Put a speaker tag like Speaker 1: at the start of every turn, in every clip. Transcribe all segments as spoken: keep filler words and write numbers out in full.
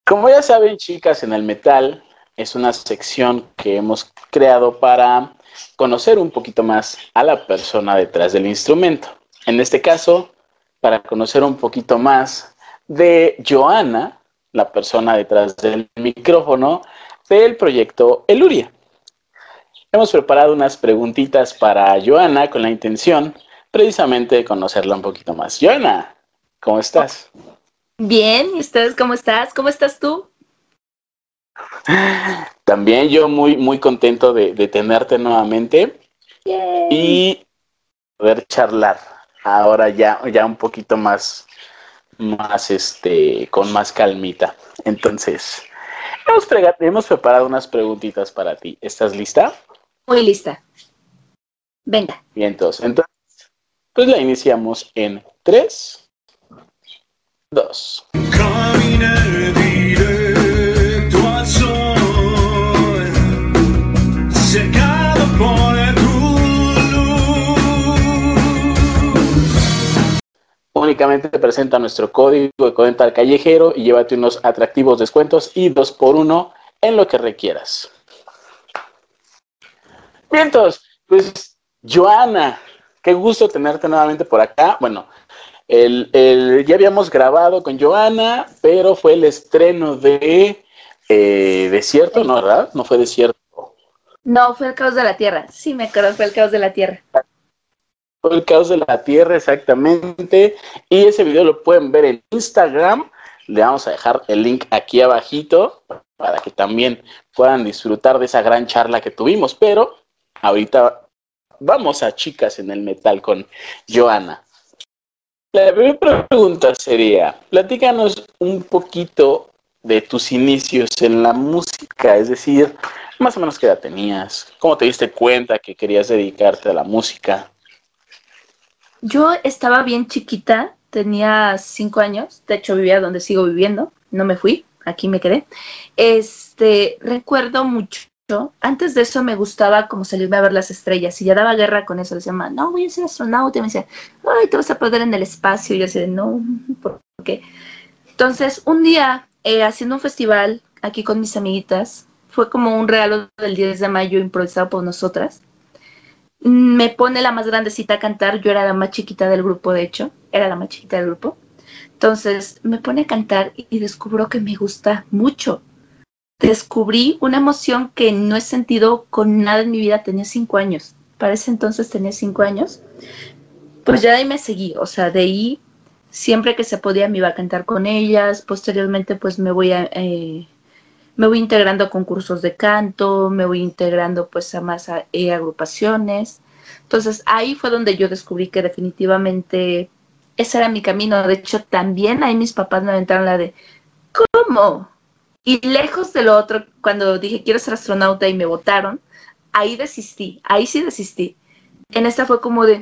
Speaker 1: Como ya saben, chicas, en el metal es una sección que hemos creado para conocer un poquito más a la persona detrás del instrumento. En este caso, para conocer un poquito más de Joana, la persona detrás del micrófono del proyecto Eluria. Hemos preparado unas preguntitas para Joana con la intención precisamente de conocerla un poquito más. Joana, ¿cómo estás?
Speaker 2: Bien, ¿y ustedes cómo estás? ¿Cómo estás tú?
Speaker 1: También yo muy, muy contento de, de tenerte nuevamente
Speaker 2: Yay.
Speaker 1: y poder charlar ahora ya, ya un poquito más, más este, con más calmita. Entonces, hemos, pre- hemos preparado unas preguntitas para ti. ¿Estás lista?
Speaker 2: Muy lista. Venga.
Speaker 1: Bien, entonces, entonces pues la iniciamos en tres, dos.
Speaker 3: Caminé directo al sol, secado por tu luz.
Speaker 1: Únicamente te presenta nuestro código de cuenta al callejero y llévate unos atractivos descuentos y dos por uno en lo que requieras. Bien, entonces, pues, Joana, qué gusto tenerte nuevamente por acá. Bueno, el, el, ya habíamos grabado con Joana, pero fue el estreno de eh, Desierto, ¿no, verdad? No fue Desierto.
Speaker 2: No, fue el caos de la Tierra. Sí, me acuerdo, fue el caos de la Tierra.
Speaker 1: Fue el caos de la Tierra, exactamente. Y ese video lo pueden ver en Instagram. Le vamos a dejar el link aquí abajito para que también puedan disfrutar de esa gran charla que tuvimos. Pero ahorita vamos a Chicas en el Metal con Joana. La primera pregunta sería, platícanos un poquito de tus inicios en la música, es decir, más o menos qué edad tenías, cómo te diste cuenta que querías dedicarte a la música.
Speaker 2: Yo estaba bien chiquita, tenía cinco años, de hecho vivía donde sigo viviendo, no me fui, aquí me quedé. Este, recuerdo mucho, antes de eso me gustaba como salirme a ver las estrellas y ya daba guerra con eso, decía, no, voy a ser astronauta, y me decía, ay, te vas a perder en el espacio, y yo decía, no, ¿por qué? Entonces, un día, eh, haciendo un festival aquí con mis amiguitas, fue como un regalo del diez de mayo improvisado por nosotras. Me pone la más grandecita a cantar, yo era la más chiquita del grupo, de hecho, era la más chiquita del grupo. Entonces, me pone a cantar y descubro que me gusta mucho. Descubrí una emoción que no he sentido con nada en mi vida, tenía cinco años. Para ese entonces tenía cinco años. Pues ya de ahí me seguí, o sea, de ahí siempre que se podía me iba a cantar con ellas. Posteriormente pues me voy a eh, me voy integrando a concursos de canto, me voy integrando pues a más a, eh, agrupaciones. Entonces ahí fue donde yo descubrí que definitivamente ese era mi camino. De hecho también ahí mis papás me aventaron la de ¿cómo? Y lejos de lo otro, cuando dije quiero ser astronauta y me votaron, ahí desistí, ahí sí desistí. En esta fue como de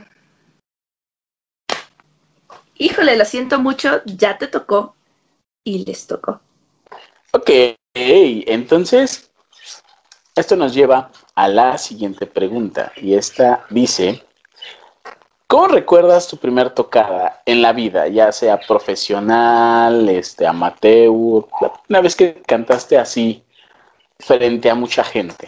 Speaker 2: híjole, lo siento mucho, ya te tocó. Y les tocó.
Speaker 1: Ok, entonces esto nos lleva a la siguiente pregunta y esta dice, ¿cómo recuerdas tu primer tocada en la vida, ya sea profesional, este, amateur, una vez que cantaste así frente a mucha gente?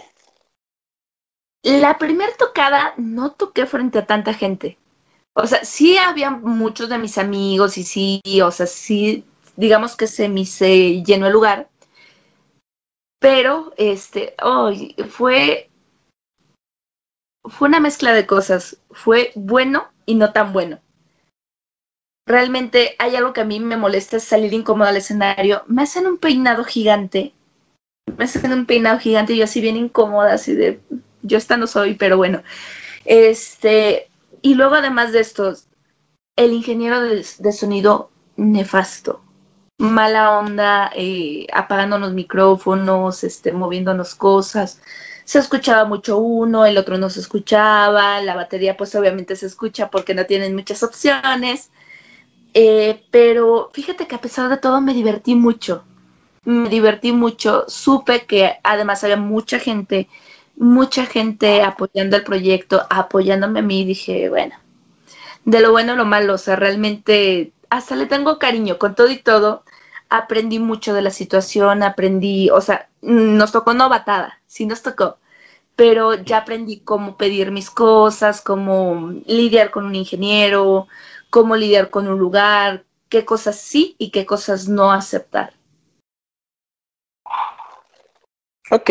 Speaker 2: La primera tocada no toqué frente a tanta gente. O sea, sí había muchos de mis amigos y sí, o sea, sí, digamos que se me se llenó el lugar, pero este, oh, fue, fue una mezcla de cosas. Fue bueno y no tan bueno. Realmente hay algo que a mí me molesta, es salir incómodo al escenario. Me hacen un peinado gigante, me hacen un peinado gigante y yo así bien incómoda, así de, yo esta no soy, pero bueno. Este, y luego además de esto, el ingeniero de, de sonido nefasto, mala onda, eh, apagándonos micrófonos, este, moviéndonos cosas. Se escuchaba mucho uno, el otro no se escuchaba, la batería pues obviamente se escucha porque no tienen muchas opciones. Eh, pero fíjate que a pesar de todo me divertí mucho, me divertí mucho, supe que además había mucha gente, mucha gente apoyando el proyecto, apoyándome a mí, dije, bueno, de lo bueno a lo malo, o sea, realmente hasta le tengo cariño con todo y todo. aprendí mucho de la situación, aprendí, o sea, nos tocó novatada, sí nos tocó, pero ya aprendí cómo pedir mis cosas, cómo lidiar con un ingeniero, cómo lidiar con un lugar, qué cosas sí y qué cosas no aceptar.
Speaker 1: Ok.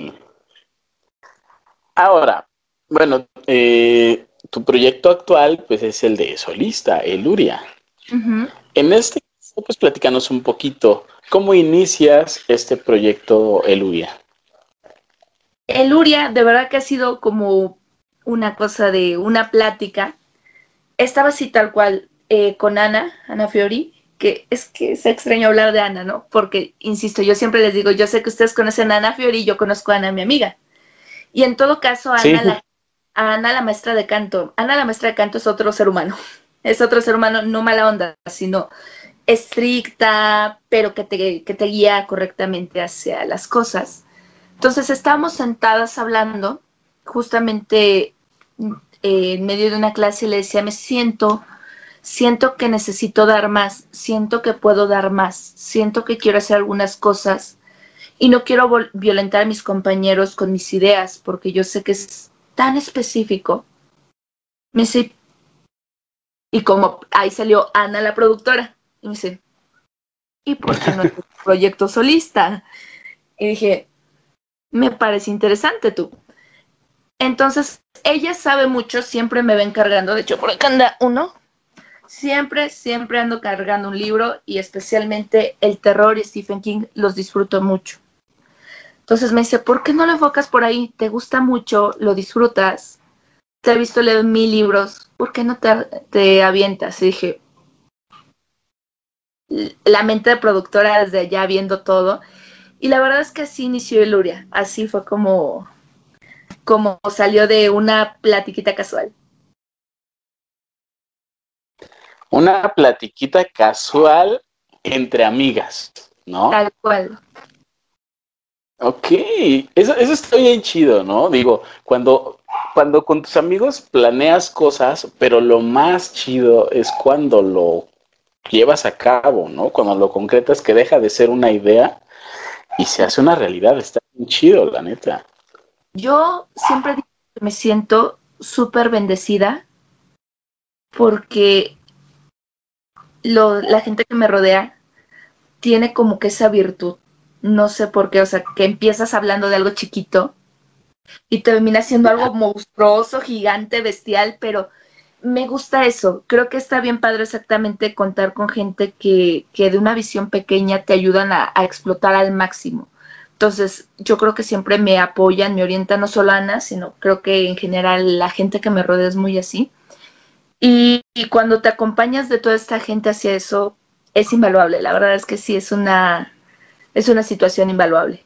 Speaker 1: Ahora, bueno, eh, tu proyecto actual pues es el de solista, el Uria.
Speaker 2: Uh-huh.
Speaker 1: En este caso, pues platícanos un poquito, ¿cómo inicias este proyecto, el Uria?
Speaker 2: El Uria, de verdad que ha sido como una cosa de una plática. Estaba así tal cual eh, con Ana, Ana Fiori, que es que es extraño hablar de Ana, ¿no? Porque, insisto, yo siempre les digo, yo sé que ustedes conocen a Ana Fiori, yo conozco a Ana, mi amiga. Y en todo caso,
Speaker 1: Sí,
Speaker 2: Ana, la, a Ana, la maestra de canto, Ana, la maestra de canto es otro ser humano. Es otro ser humano, no mala onda, sino estricta, pero que te, que te guía correctamente hacia las cosas. Entonces estábamos sentadas hablando, justamente eh, en medio de una clase, y le decía, me siento, siento que necesito dar más, siento que puedo dar más, siento que quiero hacer algunas cosas y no quiero vol- violentar a mis compañeros con mis ideas, porque yo sé que es tan específico. Me dice, y como ahí salió Ana, la productora, y me dice, ¿y por qué no es un proyecto solista? Y dije, me parece interesante tú. Entonces, ella sabe mucho, siempre me ven cargando, de hecho, por acá anda uno, siempre, siempre ando cargando un libro y especialmente el terror y Stephen King los disfruto mucho. Entonces me dice, ¿por qué no lo enfocas por ahí? ¿Te gusta mucho? ¿Lo disfrutas? Te he visto leer mil libros, ¿por qué no te, te avientas? Y dije, la mente de productora desde allá viendo todo. Y la verdad es que así inició Eluria, así fue como, como salió de una platiquita casual.
Speaker 1: una platiquita casual entre amigas, ¿no?
Speaker 2: Tal cual.
Speaker 1: Ok, eso, eso está bien chido, ¿no? Digo, cuando, cuando con tus amigos planeas cosas, pero lo más chido es cuando lo llevas a cabo, ¿no? Cuando lo concretas que deja de ser una idea y se hace una realidad, está bien chido, la neta.
Speaker 2: Yo siempre digo que me siento súper bendecida porque lo, la gente que me rodea tiene como que esa virtud. No sé por qué, o sea, que empiezas hablando de algo chiquito y termina siendo algo monstruoso, gigante, bestial, pero me gusta eso. Creo que está bien padre exactamente contar con gente que, que de una visión pequeña te ayudan a, a explotar al máximo. Entonces, yo creo que siempre me apoyan, me orientan, no solo Ana, sino creo que en general la gente que me rodea es muy así. Y, y cuando te acompañas de toda esta gente hacia eso, es invaluable. La verdad es que sí, es una, es una situación invaluable.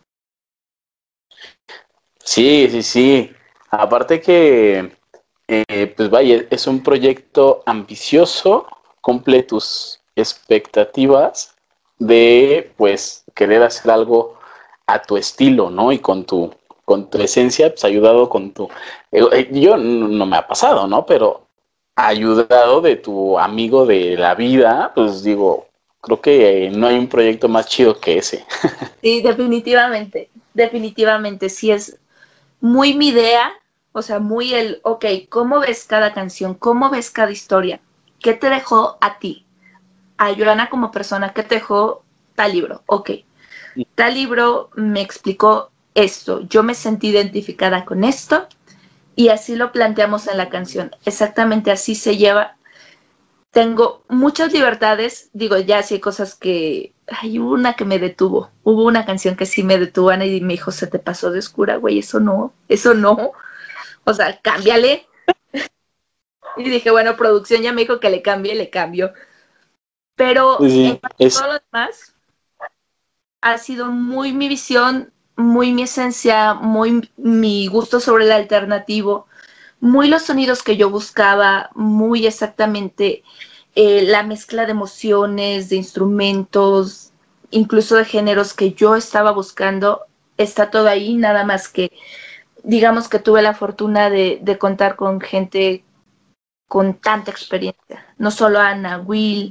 Speaker 1: Sí, sí, sí. Aparte que, eh, pues vaya, es un proyecto ambicioso, cumple tus expectativas de, pues, querer hacer algo a tu estilo, ¿no? Y con tu, con tu esencia, pues, ayudado con tu... eh, eh, yo no, no me ha pasado, ¿no? Pero ayudado de tu amigo de la vida, pues digo, creo que eh, no hay un proyecto más chido que ese.
Speaker 2: Sí, definitivamente, definitivamente, sí es muy mi idea, o sea, muy el, ok, ¿cómo ves cada canción? ¿Cómo ves cada historia? ¿Qué te dejó a ti? A Joana como persona, ¿qué te dejó tal libro? Ok, tal libro me explicó esto, yo me sentí identificada con esto y así lo planteamos en la canción, exactamente así se lleva. Tengo muchas libertades, digo, ya sí hay cosas que, hay una que me detuvo, hubo una canción que sí me detuvo, Ana, y me dijo, se te pasó de oscura, güey, eso no, eso no, o sea, cámbiale. Y dije, bueno, producción ya me dijo que le cambie, le cambio. Pero en
Speaker 1: Sí,
Speaker 2: cuanto a
Speaker 1: es,
Speaker 2: todo lo demás, ha sido muy mi visión, muy mi esencia, muy mi gusto sobre el alternativo, muy los sonidos que yo buscaba, muy exactamente eh, la mezcla de emociones, de instrumentos, incluso de géneros que yo estaba buscando, está todo ahí, nada más que digamos que tuve la fortuna de, de contar con gente con tanta experiencia, no solo Ana, Will,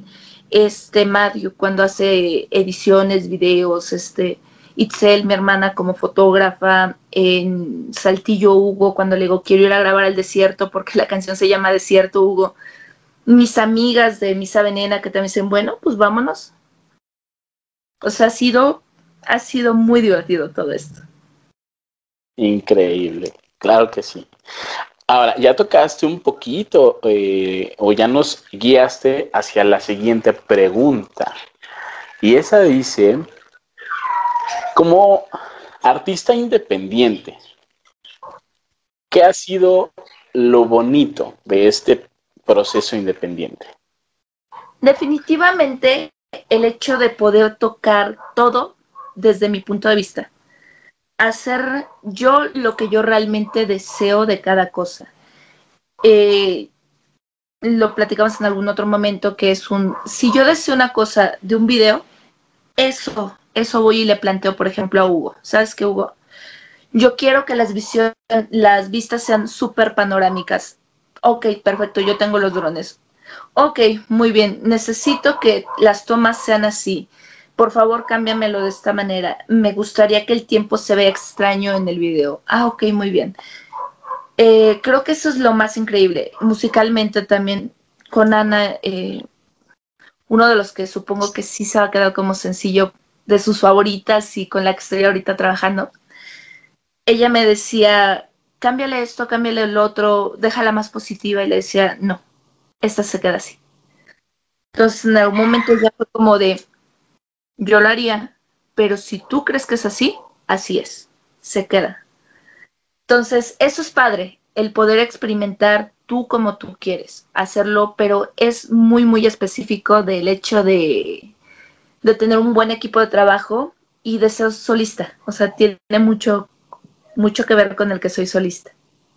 Speaker 2: este Mario cuando hace ediciones, videos, este Itzel, mi hermana, como fotógrafa, en Saltillo Hugo, cuando le digo quiero ir a grabar al desierto porque la canción se llama Desierto Hugo, mis amigas de Misa Venena que también dicen, bueno, pues vámonos. O sea, ha sido, ha sido muy divertido todo esto.
Speaker 1: Increíble, claro que sí. Ahora, ya tocaste un poquito eh, o ya nos guiaste hacia la siguiente pregunta. Y esa dice, como artista independiente, ¿qué ha sido lo bonito de este proceso independiente?
Speaker 2: Definitivamente el hecho de poder tocar todo desde mi punto de vista. Hacer yo lo que yo realmente deseo de cada cosa. Eh, lo platicamos en algún otro momento, que es un, si yo deseo una cosa de un video, eso, eso voy y le planteo, por ejemplo, a Hugo. ¿Sabes qué, Hugo? Yo quiero que las, visiones, las vistas sean súper panorámicas. Ok, perfecto, yo tengo los drones. Ok, muy bien, necesito que las tomas sean así. Por favor, cámbiamelo de esta manera. Me gustaría que el tiempo se vea extraño en el video. Ah, ok, muy bien. Eh, creo que eso es lo más increíble. Musicalmente también, con Ana, eh, uno de los que supongo que sí se ha quedado como sencillo, de sus favoritas y con la que estoy ahorita trabajando. Ella me decía, cámbiale esto, cámbiale el otro, déjala más positiva. Y le decía, no, esta se queda así. Entonces en algún momento ya fue como de, yo lo haría, pero si tú crees que es así, así es, se queda. Entonces eso es padre, el poder experimentar tú como tú quieres hacerlo, pero es muy, muy específico del hecho de, de tener un buen equipo de trabajo y de ser solista. O sea, tiene mucho, mucho que ver con el que soy solista.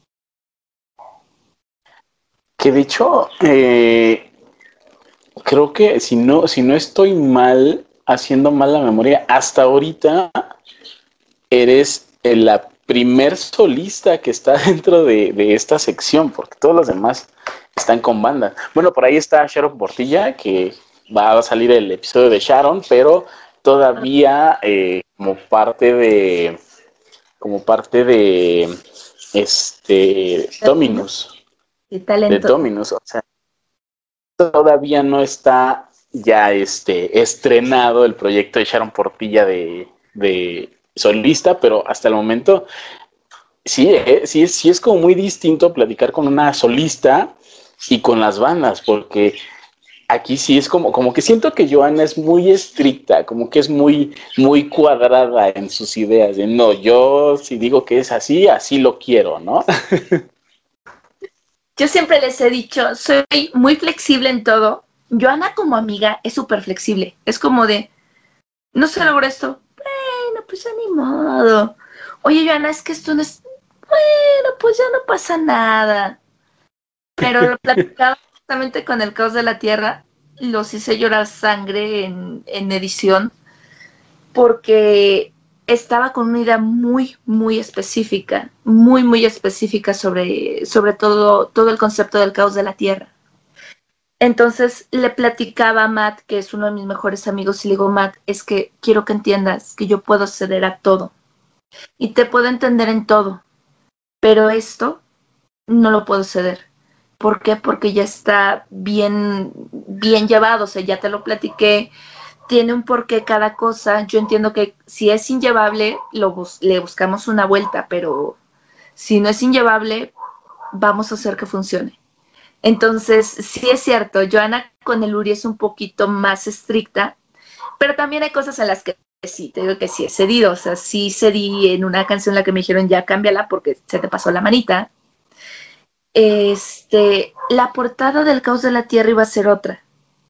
Speaker 1: Que de hecho, eh, creo que si no, si no estoy mal, haciendo mal la memoria, hasta ahorita eres la primer solista que está dentro de, de esta sección, porque todos los demás están con banda. Bueno, por ahí está Sharon Portilla, que va a salir el episodio de Sharon, pero todavía eh, como parte de como parte de este Dominus,
Speaker 2: De
Speaker 1: de
Speaker 2: talento.
Speaker 1: Dominus, o sea, todavía no está ya este estrenado el proyecto de Sharon Portilla de, de solista, pero hasta el momento sí, eh, sí, sí es como muy distinto platicar con una solista y con las bandas, porque aquí sí es como, como que siento que Joana es muy estricta, como que es muy, muy cuadrada en sus ideas. De no, yo si digo que es así, así lo quiero, ¿no?
Speaker 2: Yo siempre les he dicho, soy muy flexible en todo. Joana como amiga es súper flexible. Es como de, no se logró esto. Bueno, pues ya ni modo. Oye, Joana, es que esto no es... Bueno, pues ya no pasa nada. Pero lo platicaba justamente con el Caos de la Tierra. Los hice llorar sangre en, en edición. Porque estaba con una idea muy, muy específica. Muy, muy específica sobre, sobre todo, todo el concepto del Caos de la Tierra. Entonces le platicaba a Matt, que es uno de mis mejores amigos, y le digo, Matt, es que quiero que entiendas que yo puedo ceder a todo. Y te puedo entender en todo. Pero esto no lo puedo ceder. ¿Por qué? Porque ya está bien, bien llevado. O sea, ya te lo platiqué. Tiene un porqué cada cosa. Yo entiendo que si es inllevable, lo bus- le buscamos una vuelta. Pero si no es inllevable, vamos a hacer que funcione. Entonces, sí es cierto, Joana con el Uri es un poquito más estricta, pero también hay cosas en las que sí, te digo que sí he cedido. O sea, sí cedí en una canción en la que me dijeron ya cámbiala porque se te pasó la manita. Este, la portada del Caos de la Tierra iba a ser otra.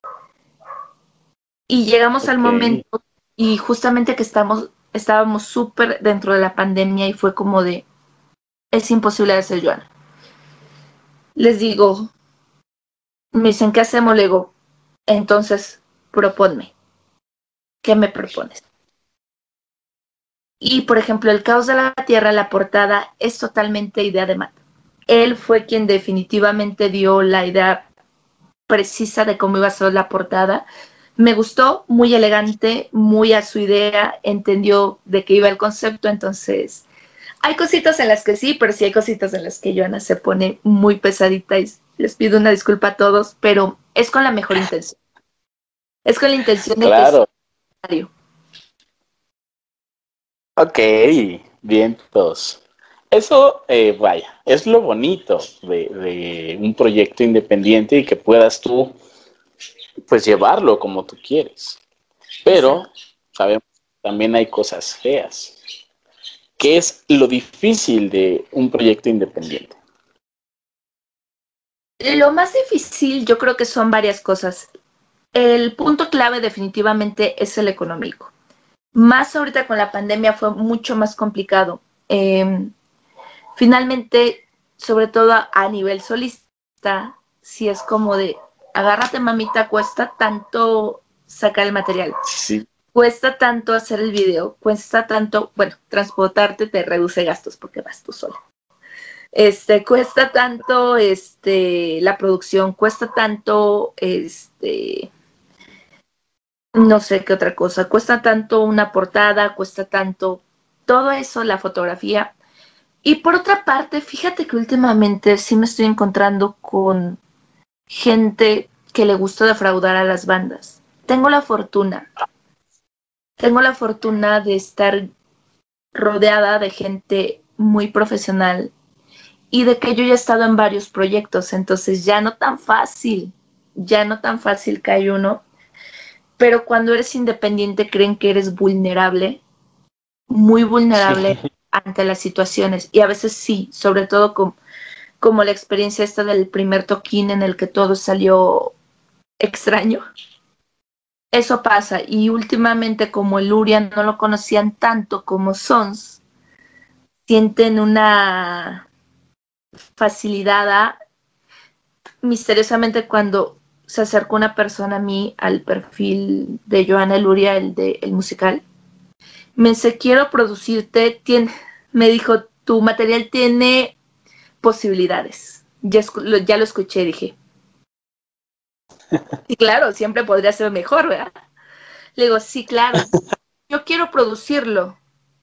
Speaker 2: Y llegamos al
Speaker 1: Ok.
Speaker 2: momento y justamente que estamos, estábamos súper dentro de la pandemia y fue como de, es imposible hacer Joana. Les digo, me dicen, ¿qué hacemos? Le digo, entonces, proponme. ¿Qué me propones? Y, por ejemplo, el Caos de la Tierra, la portada, es totalmente idea de Matt. Él fue quien definitivamente dio la idea precisa de cómo iba a ser la portada. Me gustó, muy elegante, muy a su idea, entendió de qué iba el concepto, entonces hay cositas en las que sí, pero sí hay cositas en las que Joana se pone muy pesadita y les pido una disculpa a todos, pero es con la mejor intención. Es con la intención de que es
Speaker 1: Claro,
Speaker 2: necesario.
Speaker 1: ok, bien, todos. Eso, eh, vaya, es lo bonito de, de un proyecto independiente y que puedas tú, pues, llevarlo como tú quieres. Pero sabemos que también hay cosas feas. ¿Qué es lo difícil de un proyecto independiente?
Speaker 2: Lo más difícil yo creo que son varias cosas. El punto clave definitivamente es el económico. Más ahorita con la pandemia fue mucho más complicado. Eh, finalmente, sobre todo a, a nivel solista, si es como de, agárrate mamita, cuesta tanto sacar el material,
Speaker 1: Sí,
Speaker 2: cuesta tanto hacer el video, cuesta tanto, bueno, transportarte te reduce gastos porque vas tú sola. Este, cuesta tanto, este, la producción, cuesta tanto, este, no sé qué otra cosa, cuesta tanto una portada, cuesta tanto todo eso, la fotografía. Y por otra parte, fíjate que últimamente sí me estoy encontrando con gente que le gusta defraudar a las bandas. Tengo la fortuna, tengo la fortuna de estar rodeada de gente muy profesional y de que yo ya he estado en varios proyectos, entonces ya no tan fácil, ya no tan fácil cae uno, pero cuando eres independiente creen que eres vulnerable, muy
Speaker 1: sí.
Speaker 2: vulnerable ante las situaciones y a veces sí, sobre todo con, como la experiencia esta del primer toquín en el que todo salió extraño. Eso pasa y últimamente como el Urian no lo conocían tanto como Sons, sienten una facilidad a, misteriosamente cuando se acercó una persona a mí al perfil de Joana Luria, el de el musical, me dice, quiero producirte, tiene, me dijo, tu material tiene posibilidades. Ya, lo, ya lo escuché, dije. Sí, claro, siempre podría ser mejor, ¿verdad? Le digo, sí, claro, yo quiero producirlo.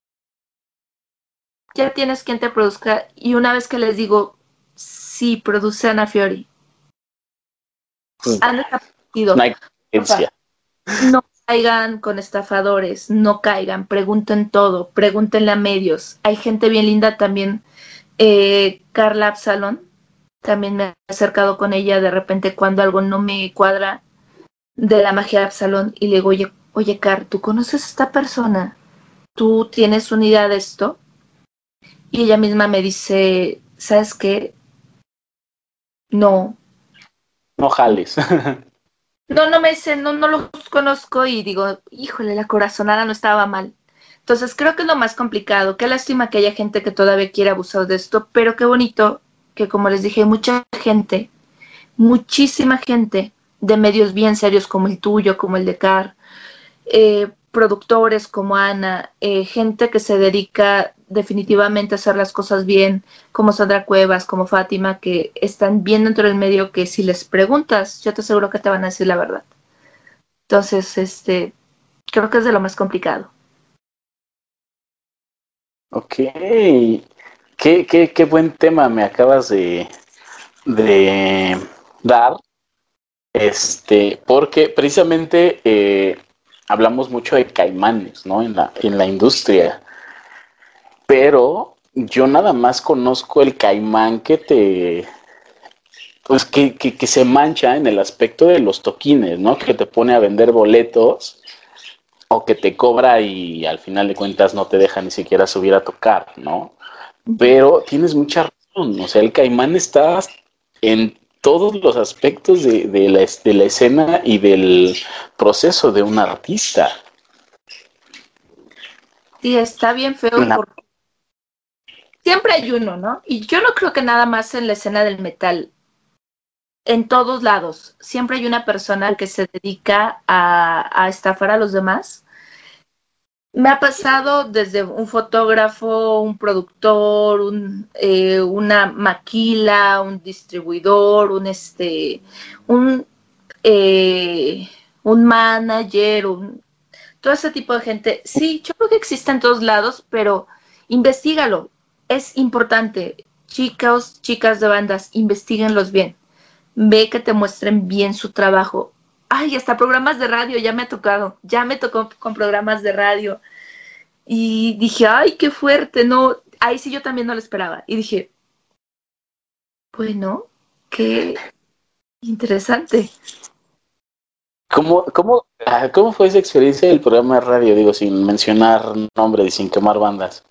Speaker 2: Ya tienes quien te produzca. Y una vez que les digo, sí, produce Ana Fiori,
Speaker 1: Pues,
Speaker 2: han
Speaker 1: no
Speaker 2: desaparecido.
Speaker 1: hay competencia.
Speaker 2: No caigan con estafadores, no caigan, pregunten todo, pregúntenle a medios. Hay gente bien linda también, eh, Carla Absalón, también me he acercado con ella de repente cuando algo no me cuadra de la magia de Absalón y le digo, oye, oye, Car, ¿tú conoces a esta persona? ¿Tú tienes una idea de esto? Y ella misma me dice, ¿sabes qué? No,
Speaker 1: No jales.
Speaker 2: no, no me dice, no, no los conozco y digo, híjole, la corazonada no estaba mal. Entonces creo que es lo más complicado. Qué lástima que haya gente que todavía quiere abusar de esto, pero qué bonito que, como les dije, mucha gente, muchísima gente de medios bien serios como el tuyo, como el de Car, eh, productores como Ana, eh, gente que se dedica definitivamente a hacer las cosas bien, como Sandra Cuevas, como Fátima, que están bien dentro del medio que si les preguntas, yo te aseguro que te van a decir la verdad. Entonces, este, creo que es de lo más complicado.
Speaker 1: Ok. Qué, qué, qué buen tema me acabas de, de dar. Este, porque precisamente eh, hablamos mucho de caimanes, ¿no? En la, en la industria. Pero yo nada más conozco el caimán que te, pues que, que, que se mancha en el aspecto de los toquines, ¿no? Que te pone a vender boletos o que te cobra y al final de cuentas no te deja ni siquiera subir a tocar, ¿no? Pero tienes mucha razón, o sea, el caimán está en todos los aspectos de, de, la, de la escena y del proceso de un artista.
Speaker 2: Sí, está bien feo
Speaker 1: La-
Speaker 2: porque siempre hay uno, ¿no? Y yo no creo que nada más en la escena del metal, en todos lados, siempre hay una persona que se dedica a, a estafar a los demás. Me ha pasado desde un fotógrafo, un productor, un, eh, una maquila, un distribuidor, un este, un eh, un manager, un, todo ese tipo de gente. Sí, yo creo que existe en todos lados, pero investígalo. Es importante. Chicos, chicas de bandas, investíguenlos bien. Ve que te muestren bien su trabajo. Ay, hasta programas de radio ya me ha tocado. Ya me tocó con programas de radio. Y dije, ay, qué fuerte, no. Ahí sí yo también no lo esperaba. Y dije, bueno, qué interesante.
Speaker 1: ¿Cómo, cómo, ah, ¿Cómo fue esa experiencia del programa de radio? Digo, sin mencionar nombres y sin quemar bandas.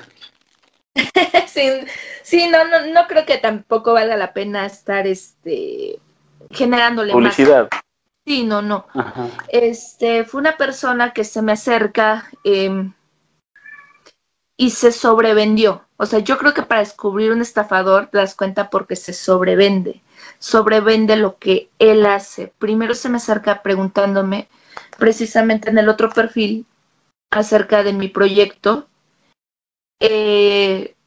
Speaker 2: sí, sí, no, no, no creo que tampoco valga la pena estar este generándole más.
Speaker 1: Publicidad.
Speaker 2: Sí, no, no.
Speaker 1: Ajá.
Speaker 2: Este, fue una persona que se me acerca eh, y se sobrevendió. O sea, yo creo que para descubrir un estafador te das cuenta porque se sobrevende. Sobrevende lo que él hace. Primero se me acerca preguntándome, precisamente en el otro perfil, acerca de mi proyecto. Eh,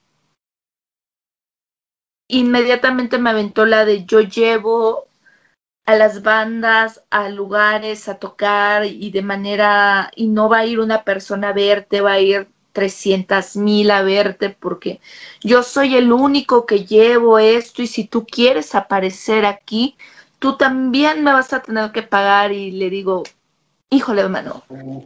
Speaker 2: inmediatamente me aventó la de yo llevo a las bandas, a lugares, a tocar y de manera, y no va a ir una persona a verte, va a ir trescientas mil a verte porque yo soy el único que llevo esto y si tú quieres aparecer aquí, tú también me vas a tener que pagar y le digo, híjole hermano,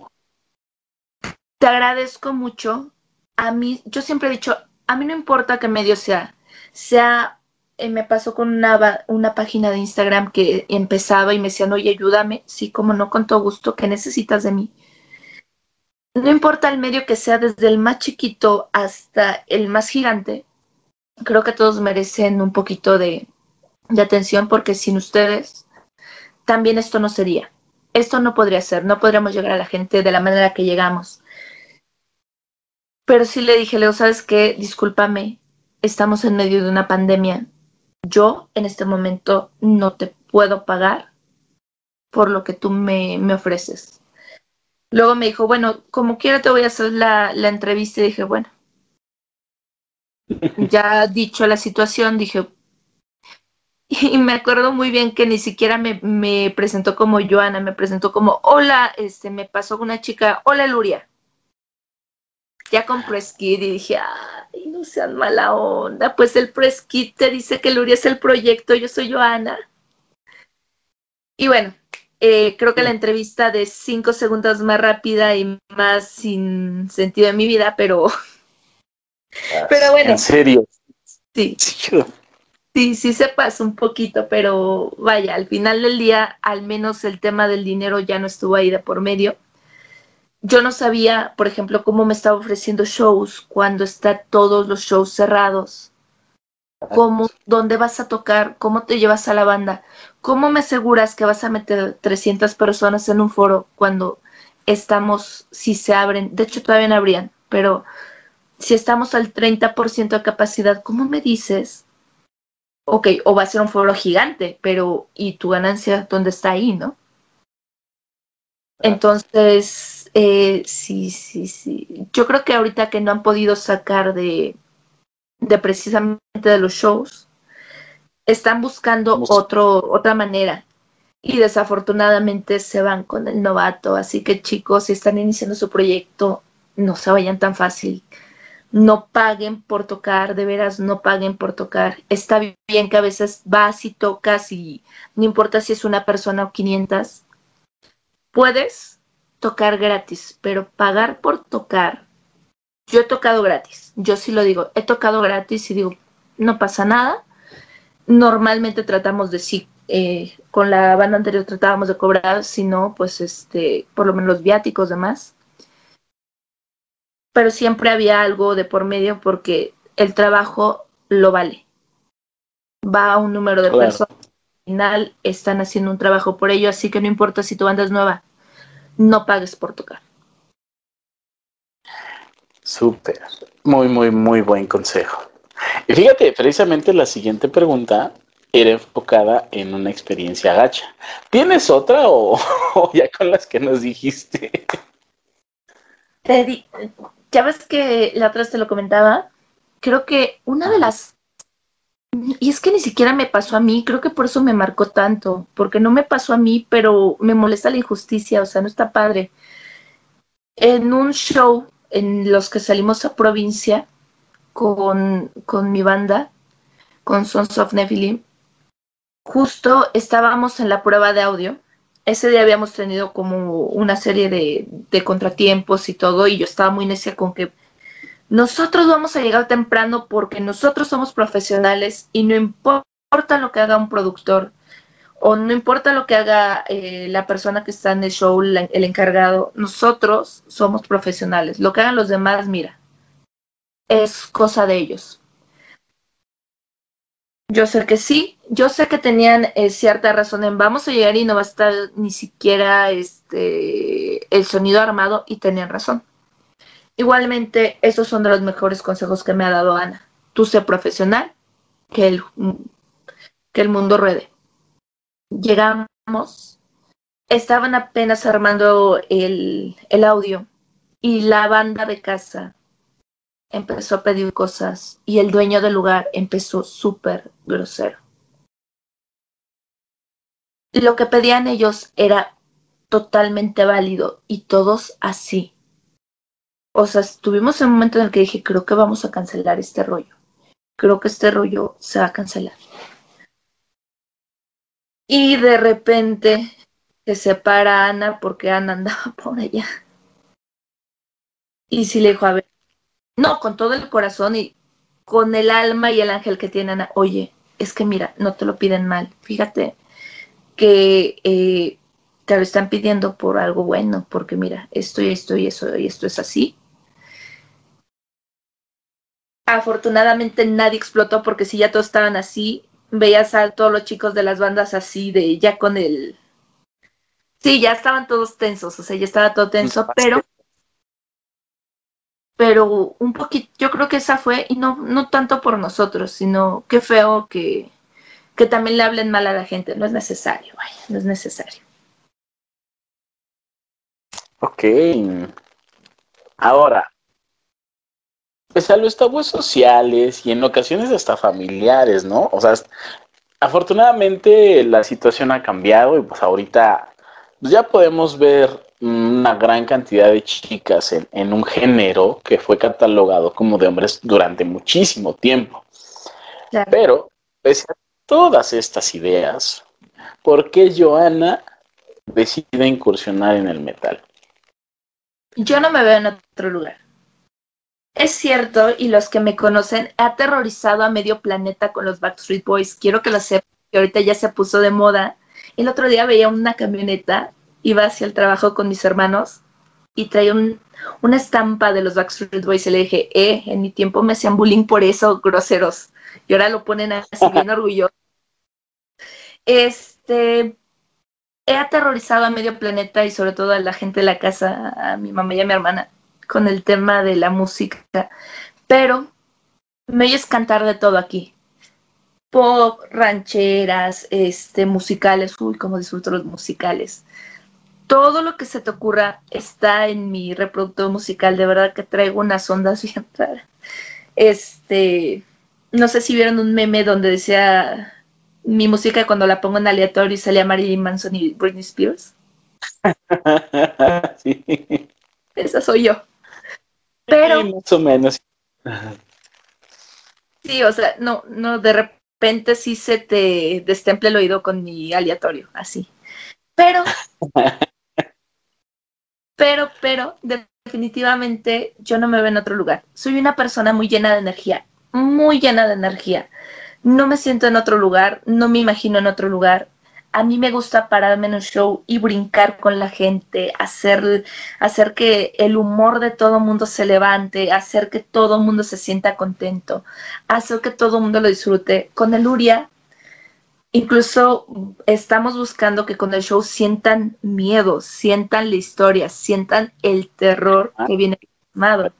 Speaker 2: te agradezco mucho, a mí, yo siempre he dicho, a mí no importa qué medio sea, sea eh, me pasó con una, una página de Instagram que empezaba y me decían, oye, ayúdame. Sí, como no, con todo gusto. ¿Qué necesitas de mí? No importa el medio que sea, desde el más chiquito hasta el más gigante. Creo que todos merecen un poquito de, de atención porque sin ustedes también esto no sería. Esto no podría ser. No podríamos llegar a la gente de la manera que llegamos. Pero sí le dije, Leo, ¿sabes qué? Discúlpame. Estamos en medio de una pandemia. Yo en este momento no te puedo pagar por lo que tú me, me ofreces. Luego me dijo, bueno, como quiera te voy a hacer la, la entrevista y dije, bueno, ya dicho la situación, dije, y me acuerdo muy bien que ni siquiera me, me presentó como Joana, me presentó como, hola, este, me pasó con una chica, hola Luria. Ya con Press Kit y dije, ay, no sean mala onda, pues el Press Kit te dice que Luria es el proyecto, yo soy Joana. Y bueno, eh, creo que la entrevista de cinco segundos más rápida y más sin sentido en mi vida, pero, pero bueno,
Speaker 1: En serio.
Speaker 2: sí, sí, sí se pasó un poquito, pero vaya, al final del día, al menos el tema del dinero ya no estuvo ahí de por medio. Yo no sabía, por ejemplo, cómo me estaba ofreciendo shows cuando está todos los shows cerrados. ¿Cómo, dónde vas a tocar? ¿Cómo te llevas a la banda? ¿Cómo me aseguras que vas a meter trescientas personas en un foro cuando estamos, si se abren, de hecho todavía no abrían, pero si estamos al treinta por ciento de capacidad, ¿cómo me dices? Ok, o va a ser un foro gigante, pero ¿y tu ganancia dónde está ahí, no? Entonces, eh, sí, sí, sí. Yo creo que ahorita que no han podido sacar de, de precisamente de los shows, están buscando otro, otra manera y desafortunadamente se van con el novato. Así que chicos, si están iniciando su proyecto, no se vayan tan fácil. No paguen por tocar, de veras, no paguen por tocar. Está bien que a veces vas y tocas y no importa si es una persona o quinientas. Puedes tocar gratis, pero pagar por tocar. Yo he tocado gratis, yo sí lo digo, he tocado gratis y digo, no pasa nada. Normalmente tratamos de sí, eh, con la banda anterior tratábamos de cobrar, si no, pues este, por lo menos los viáticos, demás. Pero siempre había algo de por medio porque el trabajo lo vale. Va a un número de
Speaker 1: Claro.
Speaker 2: personas, al final están haciendo un trabajo por ello, así que no importa si tu banda es nueva, no pagues por tocar.
Speaker 1: Súper. Muy, muy, muy buen consejo. Y fíjate, precisamente la siguiente pregunta era enfocada en una experiencia gacha. ¿Tienes otra o, o ya con las que nos dijiste?
Speaker 2: Te di- ya ves que la otra vez te lo comentaba, creo que una de las Y es que ni siquiera me pasó a mí, creo que por eso me marcó tanto, porque no me pasó a mí, pero me molesta la injusticia, o sea, no está padre. En un show en los que salimos a provincia con, con mi banda, con Sons of Nephilim, justo estábamos en la prueba de audio. Ese día habíamos tenido como una serie de, de contratiempos y todo, y yo estaba muy necia con que nosotros vamos a llegar temprano porque nosotros somos profesionales y no importa lo que haga un productor o no importa lo que haga eh, la persona que está en el show, la, el encargado, nosotros somos profesionales. Lo que hagan los demás, mira, es cosa de ellos. Yo sé que sí, yo sé que tenían eh, cierta razón en vamos a llegar y no va a estar ni siquiera este el sonido armado, y tenían razón. Igualmente, esos son de los mejores consejos que me ha dado Ana. Tú sé profesional, que el, que el mundo ruede. Llegamos, estaban apenas armando el, el audio y la banda de casa empezó a pedir cosas y el dueño del lugar empezó súper grosero. Lo que pedían ellos era totalmente válido y todos así. O sea, estuvimos en un momento en el que dije, creo que vamos a cancelar este rollo. Creo que este rollo se va a cancelar. Y de repente se separa Ana porque Ana andaba por allá. Y sí le dijo, a ver, no, con todo el corazón y con el alma y el ángel que tiene Ana, oye, es que mira, no te lo piden mal. Fíjate que eh, te lo están pidiendo por algo bueno, porque mira, esto y esto y eso y esto es así. Afortunadamente nadie explotó, porque si ya todos estaban así, veías a todos los chicos de las bandas así, de ya con el... Sí, ya estaban todos tensos, o sea, ya estaba todo tenso, pero pero un poquito, yo creo que esa fue, y no, no tanto por nosotros, sino qué feo que, que también le hablen mal a la gente, no es necesario, vaya, no es necesario.
Speaker 1: Ok. Ahora, pues a los tabúes sociales y en ocasiones hasta familiares, ¿no? O sea, afortunadamente la situación ha cambiado y pues ahorita ya podemos ver una gran cantidad de chicas en, en un género que fue catalogado como de hombres durante muchísimo tiempo.
Speaker 2: Claro.
Speaker 1: Pero, pese a todas estas ideas, ¿por qué Joana decide incursionar en el metal?
Speaker 2: Yo no me veo en otro lugar. Es cierto, y los que me conocen, he aterrorizado a medio planeta con los Backstreet Boys. Quiero que lo sepan, que ahorita ya se puso de moda. El otro día veía una camioneta, iba hacia el trabajo con mis hermanos y traía un, una estampa de los Backstreet Boys y le dije, eh, en mi tiempo me hacían bullying por eso, groseros. Y ahora lo ponen así bien orgulloso. Este, he aterrorizado a medio planeta y sobre todo a la gente de la casa, a mi mamá y a mi hermana, con el tema de la música. Pero me oyes cantar de todo aquí. Pop, rancheras, este, musicales. Uy, cómo disfruto los musicales. Todo lo que se te ocurra está en mi reproductor musical. De verdad que traigo unas ondas bien raras. Este, no sé si vieron un meme donde decía mi música cuando la pongo en aleatorio y salía Marilyn Manson y Britney Spears.
Speaker 1: Sí.
Speaker 2: Esa soy yo. Pero
Speaker 1: Sí, más o menos.
Speaker 2: sí, o sea, no, no, de repente sí se te destempla el oído con mi aleatorio, así. Pero, pero, pero, definitivamente yo no me veo en otro lugar. Soy una persona muy llena de energía, muy llena de energía. No me siento en otro lugar, no me imagino en otro lugar. A mí me gusta pararme en un show y brincar con la gente, hacer, hacer que el humor de todo el mundo se levante, hacer que todo el mundo se sienta contento, hacer que todo el mundo lo disfrute. Con el Uria, incluso estamos buscando que con el show sientan miedo, sientan la historia, sientan el terror que viene plasmado.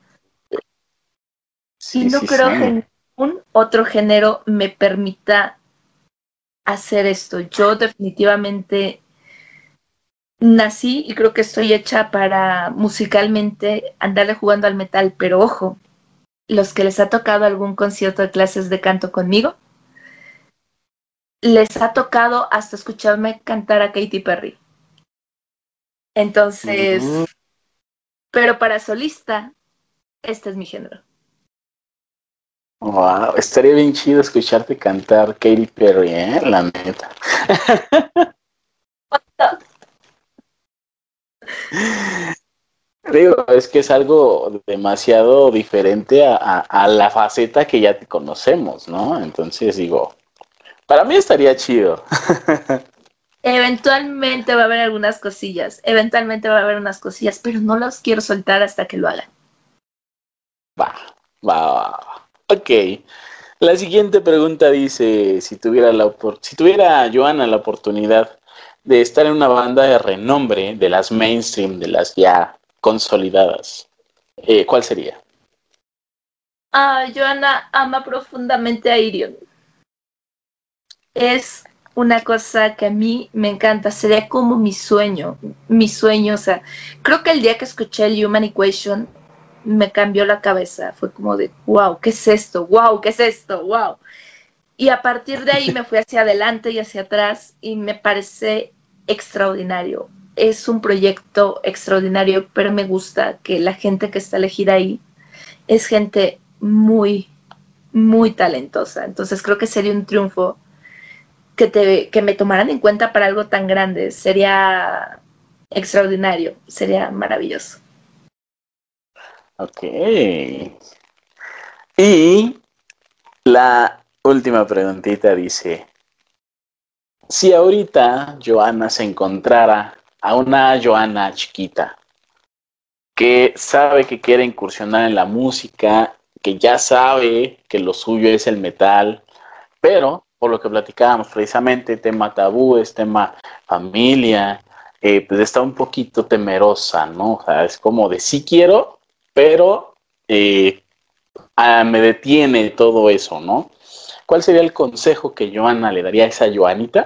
Speaker 1: Sí,
Speaker 2: Y no
Speaker 1: sí,
Speaker 2: creo
Speaker 1: sí.
Speaker 2: que ningún otro género me permita hacer esto. Yo definitivamente nací y creo que estoy hecha para musicalmente andarle jugando al metal, pero ojo, los que les ha tocado algún concierto de clases de canto conmigo, les ha tocado hasta escucharme cantar a Katy Perry. Entonces,
Speaker 1: Mm,
Speaker 2: pero para solista, este es mi género.
Speaker 1: wow, estaría bien chido escucharte cantar Katy Perry, ¿eh? La neta. Digo, es que es algo demasiado diferente a, a- a la faceta que ya te conocemos, ¿no? Entonces digo, para mí estaría chido.
Speaker 2: Eventualmente va a haber algunas cosillas, eventualmente va a haber unas cosillas, pero no los quiero soltar hasta que lo hagan.
Speaker 1: Va, va, va, va. Ok. La siguiente pregunta dice, si tuviera la opor- si tuviera Joana la oportunidad de estar en una banda de renombre, de las mainstream, de las ya consolidadas, eh, ¿cuál sería?
Speaker 2: Ah, Joana ama profundamente a Irion. Es una cosa que a mí me encanta, sería como mi sueño, mi sueño, o sea, creo que el día que escuché el Human Equation me cambió la cabeza, fue como de, wow, ¿qué es esto? Wow, ¿qué es esto? Wow. Y a partir de ahí me fui hacia adelante y hacia atrás y me parece extraordinario. Es un proyecto extraordinario, pero me gusta que la gente que está elegida ahí es gente muy, muy talentosa. Entonces creo que sería un triunfo que, te, que me tomaran en cuenta para algo tan grande. Sería extraordinario, sería maravilloso.
Speaker 1: Ok. Y la última preguntita dice, si ahorita Joana se encontrara a una Joana chiquita que sabe que quiere incursionar en la música, que ya sabe que lo suyo es el metal, pero por lo que platicábamos precisamente, tema tabúes, tema familia, eh, pues está un poquito temerosa, ¿no? O sea, es como de sí quiero, pero eh, ah, me detiene todo eso, ¿no? ¿Cuál sería el consejo que Joana le daría a esa Joanita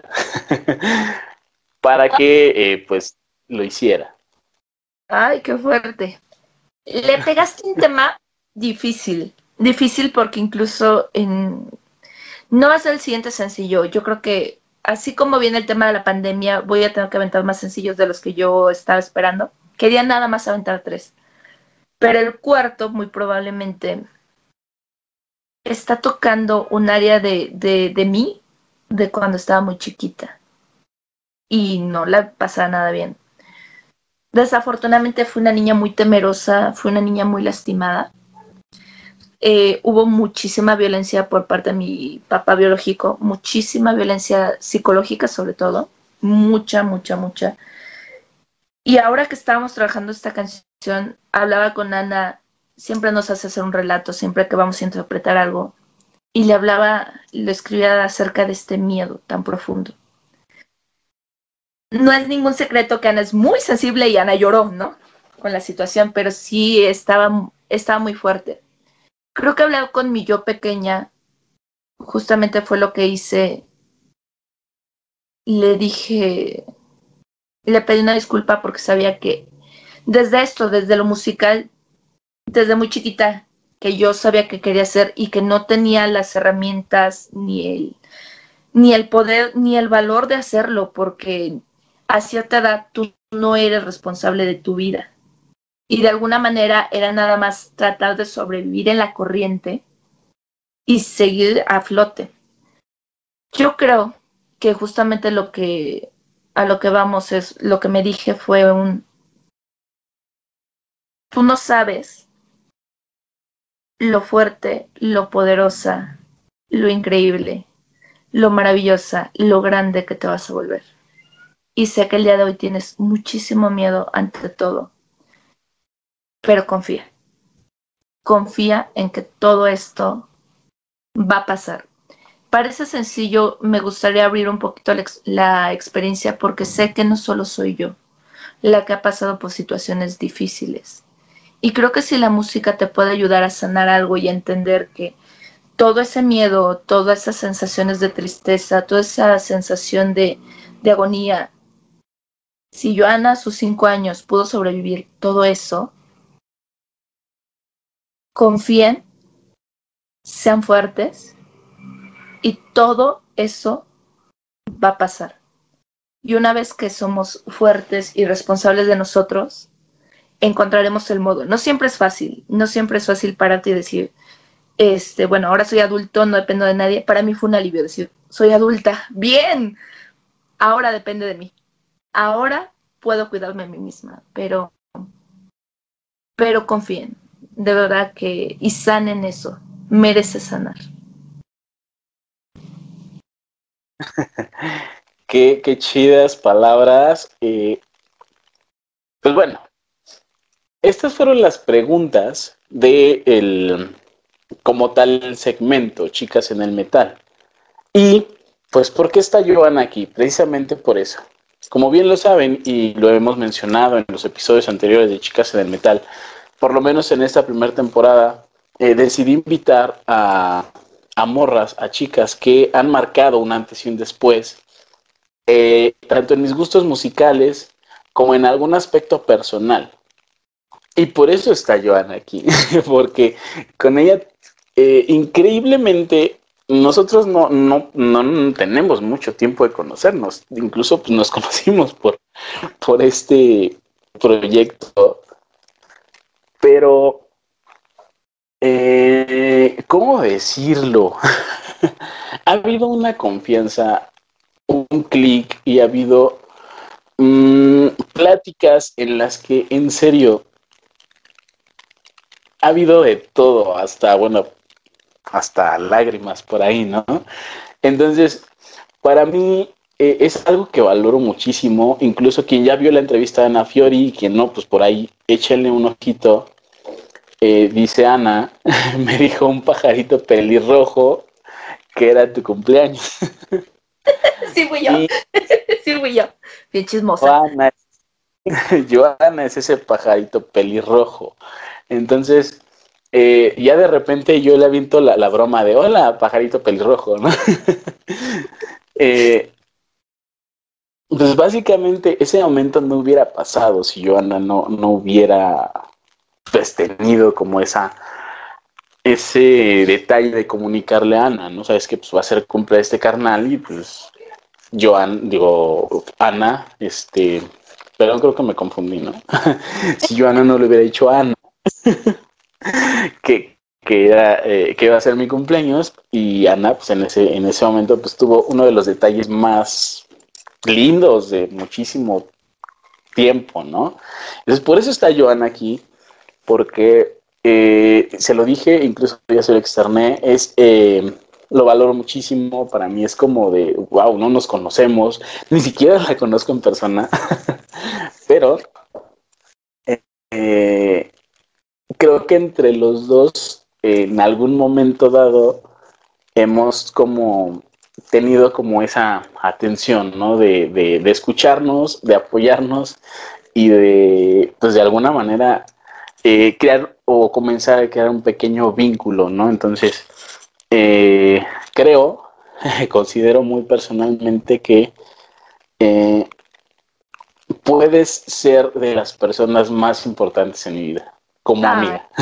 Speaker 1: para que eh, pues lo hiciera?
Speaker 2: Ay, qué fuerte. Le pegaste un tema difícil, difícil porque incluso en... no va a ser el siguiente sencillo. Yo creo que así como viene el tema de la pandemia, voy a tener que aventar más sencillos de los que yo estaba esperando. Quería nada más aventar tres. Pero el cuarto, muy probablemente, está tocando un área de, de, de mí de cuando estaba muy chiquita. Y no la pasaba nada bien. Desafortunadamente fui una niña muy temerosa, fui una niña muy lastimada. Eh, hubo muchísima violencia por parte de mi papá biológico, muchísima violencia psicológica sobre todo, mucha, mucha, mucha. Y ahora que estábamos trabajando esta canción, hablaba con Ana, siempre nos hace hacer un relato, siempre que vamos a interpretar algo, y le hablaba, le escribía acerca de este miedo tan profundo. No es ningún secreto que Ana es muy sensible y Ana lloró, ¿no? Con la situación, pero sí estaba, estaba muy fuerte. Creo que hablar con mi yo pequeña justamente fue lo que hice. Le dije, le pedí una disculpa porque sabía que desde esto, desde lo musical, desde muy chiquita, que yo sabía que quería hacer y que no tenía las herramientas ni el, ni el poder ni el valor de hacerlo porque a cierta edad tú no eres responsable de tu vida. Y de alguna manera era nada más tratar de sobrevivir en la corriente y seguir a flote. Yo creo que justamente lo que a lo que vamos es lo que me dije fue un tú no sabes lo fuerte, lo poderosa, lo increíble, lo maravillosa, lo grande que te vas a volver. Y sé que el día de hoy tienes muchísimo miedo ante todo, pero confía. Confía en que todo esto va a pasar. Parece sencillo, me gustaría abrir un poquito la, ex- la experiencia porque sé que no solo soy yo la que ha pasado por situaciones difíciles. Y creo que si la música te puede ayudar a sanar algo y a entender que todo ese miedo, todas esas sensaciones de tristeza, toda esa sensación de, de agonía, si Joana a sus cinco años pudo sobrevivir todo eso, confíen, sean fuertes y todo eso va a pasar. Y una vez que somos fuertes y responsables de nosotros, encontraremos el modo. No siempre es fácil, no siempre es fácil pararte y decir, este, bueno, ahora soy adulto, no dependo de nadie. Para mí fue un alivio decir, soy adulta, bien, ahora depende de mí. Ahora puedo cuidarme a mí misma, pero, pero confíen, de verdad que, y sanen eso, merece sanar.
Speaker 1: Qué, qué chidas palabras. Eh, pues bueno, estas fueron las preguntas de el, como tal el segmento, Chicas en el Metal. Y pues, ¿por qué está Joana aquí? Precisamente por eso. Como bien lo saben y lo hemos mencionado en los episodios anteriores de Chicas en el Metal, por lo menos en esta primera temporada, eh, decidí invitar a, a morras, a chicas que han marcado un antes y un después, eh, tanto en mis gustos musicales como en algún aspecto personal. Y por eso está Joana aquí, porque con ella, eh, increíblemente, nosotros no, no, no tenemos mucho tiempo de conocernos, incluso pues, nos conocimos por, por este proyecto, pero, eh, ¿cómo decirlo? Ha habido una confianza, un clic y ha habido mmm, pláticas en las que en serio ha habido de todo, hasta, bueno, hasta lágrimas por ahí, ¿no? Entonces, para mí eh, es algo que valoro muchísimo, incluso quien ya vio la entrevista de Ana Fiori y quien no, pues por ahí échenle un ojito. Eh, dice Ana, me dijo un pajarito pelirrojo que era tu cumpleaños.
Speaker 2: Sí fui yo,
Speaker 1: Y
Speaker 2: sí fui yo, bien chismosa.
Speaker 1: Joana, Joana es ese pajarito pelirrojo. Entonces, eh, ya de repente yo le aviento la, la broma de hola, pajarito pelirrojo, ¿no? eh, pues básicamente ese momento no hubiera pasado si Joana no, no hubiera pues tenido como esa ese detalle de comunicarle a Ana, ¿no? Sabes que pues va a ser cumple de este carnal y pues Joan, digo, Ana, este, perdón, creo que me confundí, ¿no? Si Joana no le hubiera dicho a Ana que, que, era, eh, que iba a ser mi cumpleaños y Ana, pues en ese, en ese momento, pues tuvo uno de los detalles más lindos de muchísimo tiempo, ¿no? Entonces, por eso está Joana aquí, porque eh, se lo dije, incluso ya se lo externé, es, eh, lo valoro muchísimo, para mí es como de, wow, no nos conocemos, ni siquiera la conozco en persona, pero eh, creo que entre los dos, eh, en algún momento dado, hemos como tenido como esa atención, ¿no? De, de, de escucharnos, de apoyarnos y de, pues de alguna manera, eh, crear o comenzar a crear un pequeño vínculo, ¿no? Entonces, eh, creo, considero muy personalmente que eh, puedes ser de las personas más importantes en mi vida, como
Speaker 2: Ay,
Speaker 1: amiga.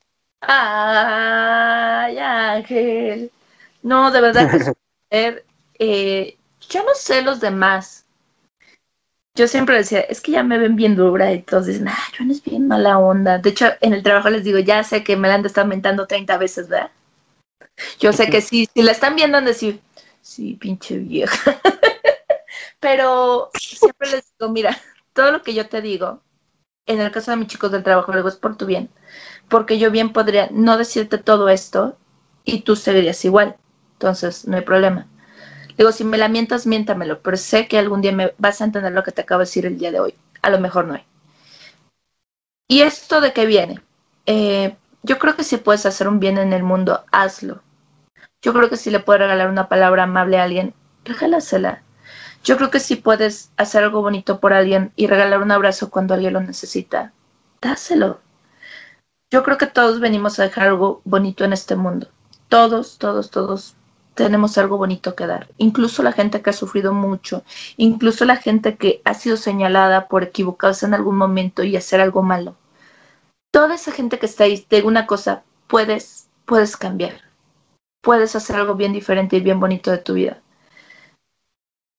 Speaker 2: ay, Ángel. No, de verdad que super, eh, yo no sé los demás. Yo siempre decía, es que ya me ven bien dura y todos dicen, ah, Joana es bien mala onda. De hecho, en el trabajo les digo, ya sé que me la han de estar mentando treinta veces, ¿verdad? Yo sé que sí, si la están viendo han de decir, sí, pinche vieja. Pero siempre les digo, mira, todo lo que yo te digo, en el caso de mis chicos del trabajo, les digo, es por tu bien. Porque yo bien podría no decirte todo esto y tú seguirías igual. Entonces, no hay problema. Digo, si me la mientas, miéntamelo, pero sé que algún día me vas a entender lo que te acabo de decir el día de hoy. A lo mejor no hay. ¿Y esto de qué viene? Eh, yo creo que si puedes hacer un bien en el mundo, hazlo. Yo creo que si le puedes regalar una palabra amable a alguien, regálasela. Yo creo que si puedes hacer algo bonito por alguien y regalar un abrazo cuando alguien lo necesita, dáselo. Yo creo que todos venimos a dejar algo bonito en este mundo. Todos, todos, todos tenemos algo bonito que dar. Incluso la gente que ha sufrido mucho, incluso la gente que ha sido señalada por equivocarse en algún momento y hacer algo malo. Toda esa gente que está ahí, te digo una cosa, puedes, puedes cambiar. Puedes hacer algo bien diferente y bien bonito de tu vida.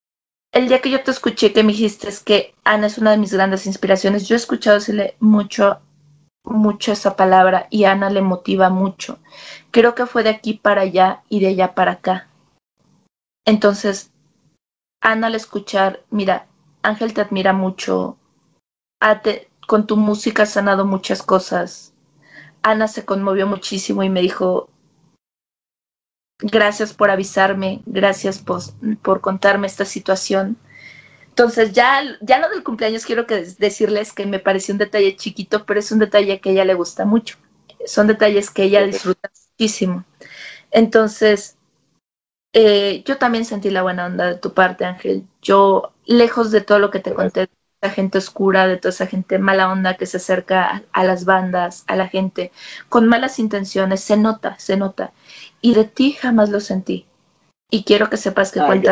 Speaker 2: el día que yo te escuché que me dijiste es que Ana es una de mis grandes inspiraciones, yo he escuchado decirle mucho, mucho esa palabra y a Ana le motiva mucho. Creo que fue de aquí para allá y de allá para acá. Entonces, Ana al escuchar, mira, Ángel te admira mucho, te, con tu música has sanado muchas cosas. Ana se conmovió muchísimo y me dijo, gracias por avisarme, gracias por, por contarme esta situación. Entonces ya, ya lo del cumpleaños quiero que decirles que me pareció un detalle chiquito, pero es un detalle que a ella le gusta mucho. Son detalles que ella disfruta muchísimo. Entonces, eh, yo también sentí la buena onda de tu parte, Ángel. Yo, lejos de todo lo que te conté, de esa gente oscura, de toda esa gente mala onda que se acerca a, a las bandas, a la gente, con malas intenciones, se nota, se nota. Y de ti jamás lo sentí. Y quiero que sepas que
Speaker 1: Ay,
Speaker 2: cuentas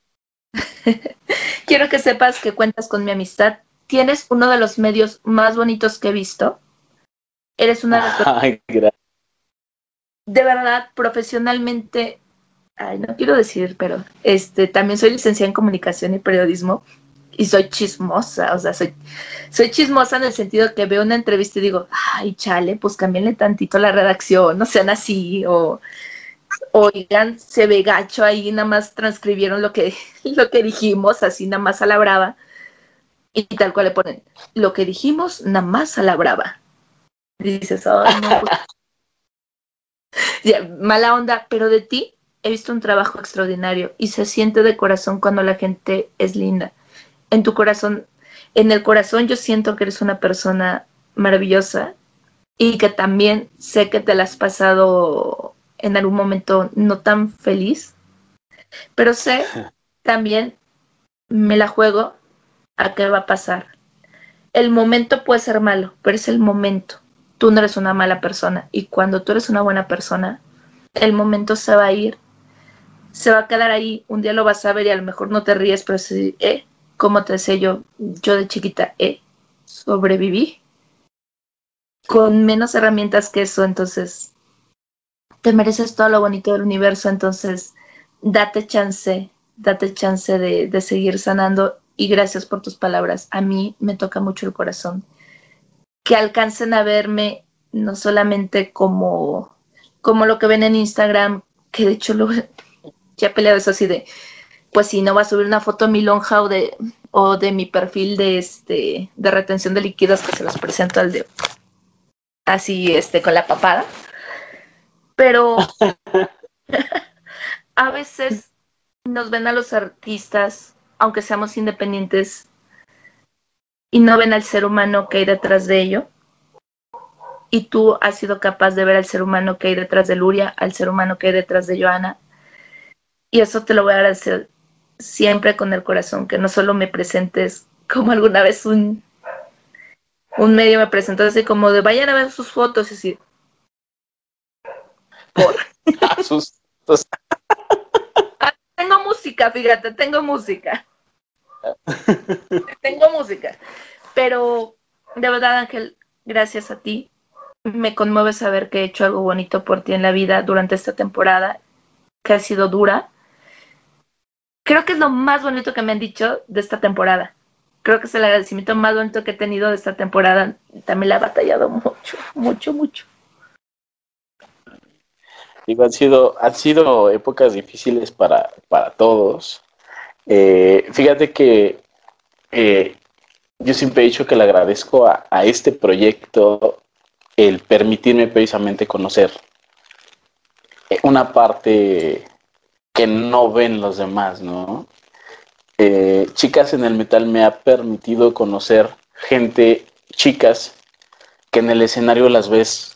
Speaker 2: quiero que sepas que cuentas con mi amistad. Tienes uno de los medios más bonitos que he visto. Eres una de las personas,
Speaker 1: ay, gracias.
Speaker 2: de verdad, profesionalmente, ay, no quiero decir, pero este, también soy licenciada en comunicación y periodismo y soy chismosa, o sea, soy, soy chismosa en el sentido que veo una entrevista y digo, ay, chale, pues cámbienle tantito la redacción, no sean así, o oigan, se ve gacho ahí, nada más transcribieron lo que, lo que dijimos, así nada más a la brava. Y tal cual le ponen, lo que dijimos, nada más a la brava. Y dices, ay, no, pues, ya, mala onda, pero de ti he visto un trabajo extraordinario y se siente de corazón cuando la gente es linda. En tu corazón, en el corazón yo siento que eres una persona maravillosa y que también sé que te la has pasado en algún momento no tan feliz, pero sé también me la juego a qué va a pasar. El momento puede ser malo, pero es el momento. Tú no eres una mala persona y cuando tú eres una buena persona, el momento se va a ir, se va a quedar ahí, un día lo vas a ver y a lo mejor no te ríes, pero sí, eh, como te decía yo, yo de chiquita, eh, sobreviví con menos herramientas que eso, entonces te mereces todo lo bonito del universo, entonces date chance, date chance de, de seguir sanando y gracias por tus palabras. A mí me toca mucho el corazón. Que alcancen a verme no solamente como, como lo que ven en Instagram, que de hecho lo, ya he peleado eso así de, pues si no va a subir una foto de mi lonja o de, o de mi perfil de este de retención de líquidos que se los presento al de así este con la papada. Pero a veces nos ven a los artistas, aunque seamos independientes, y no ven al ser humano que hay detrás de ello. Y tú has sido capaz de ver al ser humano que hay detrás de Luria, al ser humano que hay detrás de Joana. Y eso te lo voy a agradecer siempre con el corazón, que no solo me presentes como alguna vez un, un medio me presentó así como de vayan a ver sus fotos y así, por.
Speaker 1: Asustos.
Speaker 2: Ah, tengo música, fíjate, tengo música. Tengo música. Pero de verdad, Ángel, gracias a ti. Me conmueve saber que he hecho algo bonito por ti en la vida durante esta temporada, que ha sido dura. Creo que es lo más bonito que me han dicho de esta temporada. Creo que es el agradecimiento más bonito que he tenido de esta temporada. También la he batallado mucho, mucho, mucho.
Speaker 1: Digo, han sido, han sido épocas difíciles para, para todos. Eh, fíjate que eh, yo siempre he dicho que le agradezco a, a este proyecto el permitirme precisamente conocer una parte que no ven los demás, ¿no? Eh, Chicas en el Metal me ha permitido conocer gente, chicas, que en el escenario las ves,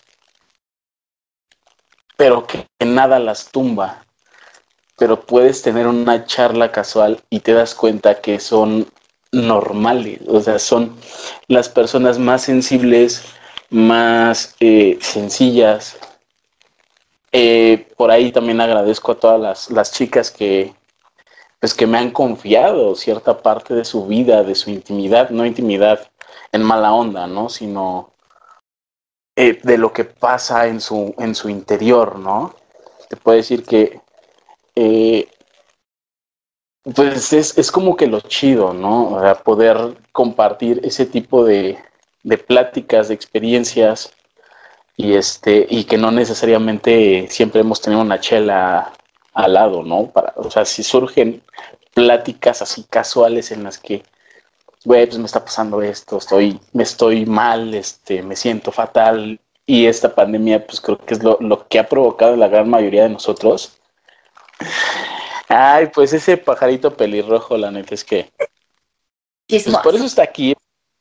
Speaker 1: pero que nada las tumba. Pero puedes tener una charla casual y te das cuenta que son normales, o sea, son las personas más sensibles, más eh, sencillas. Eh, por ahí también agradezco a todas las, las chicas que, pues, que me han confiado cierta parte de su vida, de su intimidad, no intimidad en mala onda, ¿no? Sino eh, de lo que pasa en su, en su interior, ¿no? Te puedo decir que eh, pues es, es como que lo chido, ¿no? O sea, poder compartir ese tipo de, de pláticas, de experiencias, y este, y que no necesariamente siempre hemos tenido una chela al lado, ¿no? Para, o sea, si surgen pláticas así casuales en las que, güey, pues me está pasando esto, estoy, me estoy mal, este, me siento fatal, y esta pandemia, pues creo que es lo, lo que ha provocado la gran mayoría de nosotros. Ay, pues ese pajarito pelirrojo, la neta es que, pues por eso
Speaker 2: Chismos.
Speaker 1: está aquí.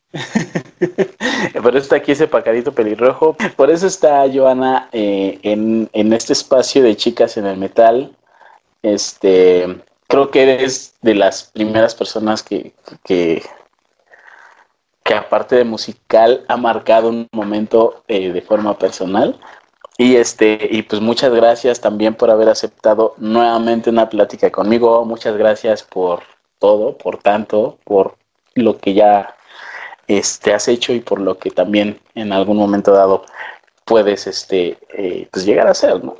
Speaker 1: Por eso está aquí ese pajarito pelirrojo. Por eso está Joana eh, en, en este espacio de Chicas en el Metal. Este, creo que eres de las primeras personas que, que, que aparte de musical ha marcado un momento eh, de forma personal. Y este, y pues muchas gracias también por haber aceptado nuevamente una plática conmigo. Muchas gracias por todo, por tanto, por lo que ya este, has hecho y por lo que también en algún momento dado puedes este, eh, pues llegar a ser, ¿no?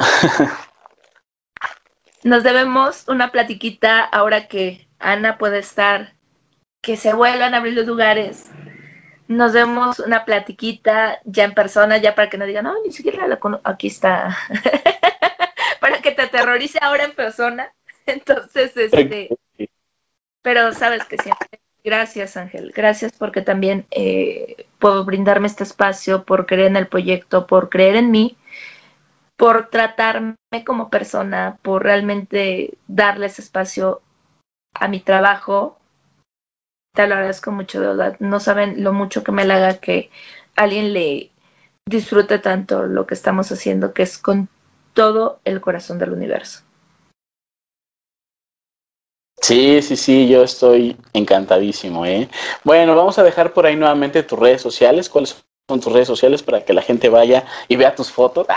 Speaker 2: Nos debemos una platiquita ahora que Ana puede estar, que se vuelvan a abrir los lugares. Nos demos una platiquita ya en persona, ya para que no digan, no, ni siquiera la conozco. Aquí está. Para que te aterrorice ahora en persona. Entonces, este, pero sabes que siempre. Gracias, Ángel. Gracias porque también eh, por brindarme este espacio, por creer en el proyecto, por creer en mí, por tratarme como persona, por realmente darles espacio a mi trabajo. Te lo agradezco mucho, de verdad. No saben lo mucho que me halaga que alguien le disfrute tanto lo que estamos haciendo, que es con todo el corazón del universo.
Speaker 1: Sí, sí, sí, yo estoy encantadísimo, ¿eh? Bueno, vamos a dejar por ahí nuevamente tus redes sociales. ¿Cuáles son tus redes sociales para que la gente vaya y vea tus fotos?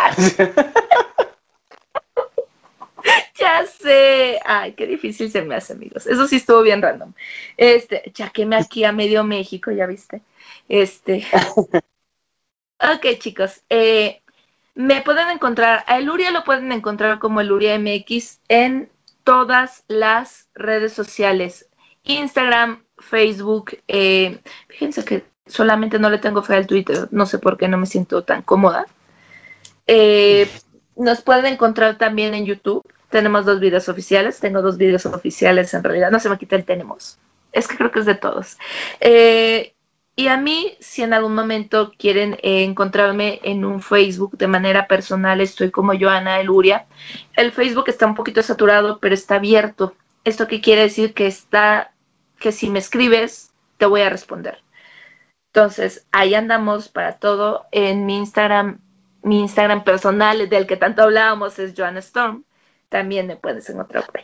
Speaker 2: Ya sé. Ay, qué difícil se me hace, amigos. Eso sí estuvo bien random. Este, ya quemé aquí a medio México, ya viste. Este. Ok, chicos. Eh, me pueden encontrar, a Eluria lo pueden encontrar como Eluria M X en todas las redes sociales. Instagram, Facebook. Eh, fíjense que solamente no le tengo fe al Twitter. No sé por qué no me siento tan cómoda. Eh, nos pueden encontrar también en YouTube. Tenemos dos videos oficiales. Tengo dos videos oficiales en realidad. No se me quita el tenemos. Es que creo que es de todos. Eh, y a mí, si en algún momento quieren eh, encontrarme en un Facebook de manera personal, estoy como Joana Eluria. El Facebook está un poquito saturado, pero está abierto. ¿Esto qué quiere decir? Que está, que si me escribes, te voy a responder. Entonces, ahí andamos para todo. En mi Instagram, mi Instagram personal, del que tanto hablábamos, es Joanna Storm. También me puedes encontrar por ahí.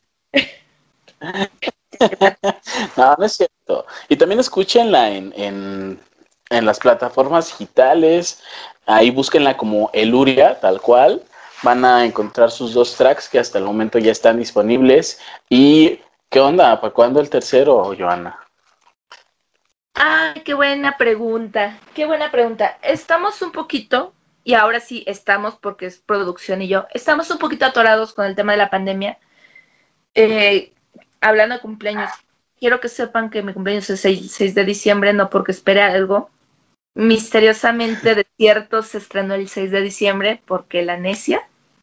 Speaker 1: No, no es cierto. Y también escúchenla en, en, en las plataformas digitales. Ahí búsquenla como Eluria, tal cual. Van a encontrar sus dos tracks que hasta el momento ya están disponibles. ¿Y qué onda? ¿Para cuándo el tercero, Joana?
Speaker 2: Ay, qué buena pregunta. Qué buena pregunta. Estamos un poquito, y ahora sí estamos, porque es producción y yo, estamos un poquito atorados con el tema de la pandemia. Eh, hablando de cumpleaños, quiero que sepan que mi cumpleaños es el seis de diciembre, no porque espere algo. Misteriosamente Desierto se estrenó el seis de diciembre porque la necia,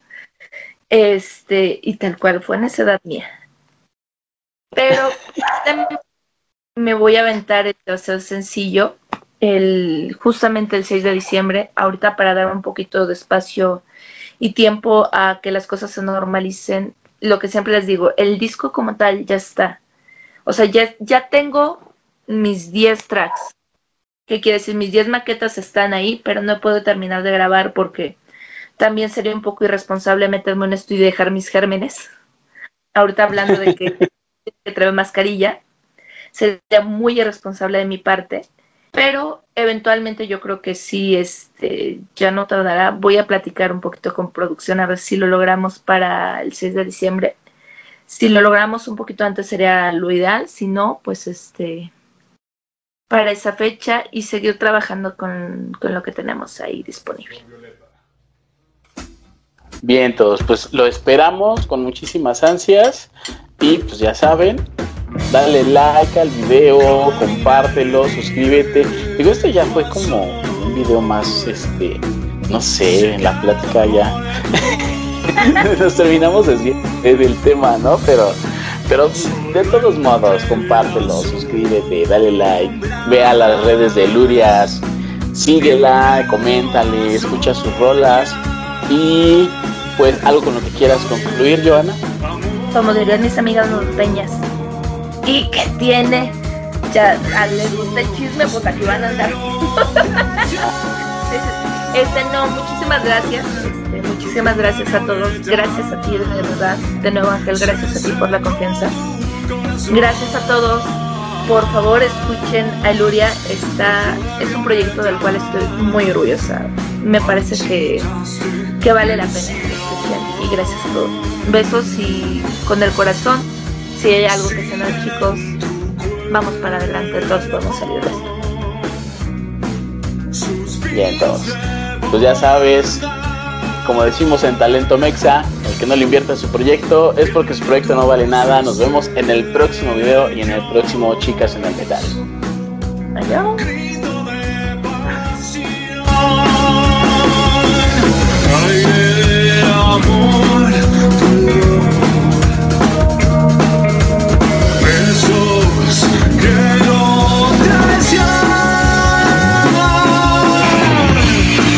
Speaker 2: este, y tal cual fue necedad mía. Pero me voy a aventar el tercer sencillo el, justamente el seis de diciembre, ahorita para dar un poquito de espacio y tiempo a que las cosas se normalicen. Lo que siempre les digo, el disco como tal ya está. O sea, ya, ya tengo mis diez tracks. ¿Qué quiere decir? Mis diez maquetas están ahí, pero no puedo terminar de grabar porque también sería un poco irresponsable meterme en un estudio y dejar mis gérmenes. Ahorita hablando de que, que trae mascarilla, sería muy irresponsable de mi parte. Pero eventualmente yo creo que sí, este, ya no tardará. Voy a platicar un poquito con producción a ver si lo logramos para el seis de diciembre. Si lo logramos un poquito antes sería lo ideal, si no, pues este, para esa fecha y seguir trabajando con, con lo que tenemos ahí disponible.
Speaker 1: Bien, todos, pues lo esperamos con muchísimas ansias y pues ya saben, dale like al video, compártelo, suscríbete. Digo, esto ya fue como un video más, este, no sé, en la plática ya nos terminamos desviando del tema, ¿no? Pero, pero de todos modos, compártelo, suscríbete, dale like, ve a las redes de Lurias, síguela, coméntale, escucha sus rolas y pues algo con lo que quieras concluir, Joana.
Speaker 2: Como dirían mis amigas norteñas. ¿Y qué tiene? Ya a les gusta el chisme, pues aquí van a andar. Este, no, muchísimas gracias. Este, muchísimas gracias a todos. Gracias a ti, de verdad. De nuevo, Ángel, gracias a ti por la confianza. Gracias a todos. Por favor, escuchen a Luria. Está, es un proyecto del cual estoy muy orgullosa. Me parece que, que vale la pena que escuchen. Y gracias a todos. Besos y con el corazón. Si hay algo que se nos, chicos, vamos para adelante, todos podemos salir de esto.
Speaker 1: Bien, todos. Pues ya sabes, como decimos en Talento Mexa, el que no le invierta a su proyecto es porque su proyecto no vale nada. Nos vemos en el próximo video y en el próximo Chicas en el Metal.
Speaker 2: Adiós.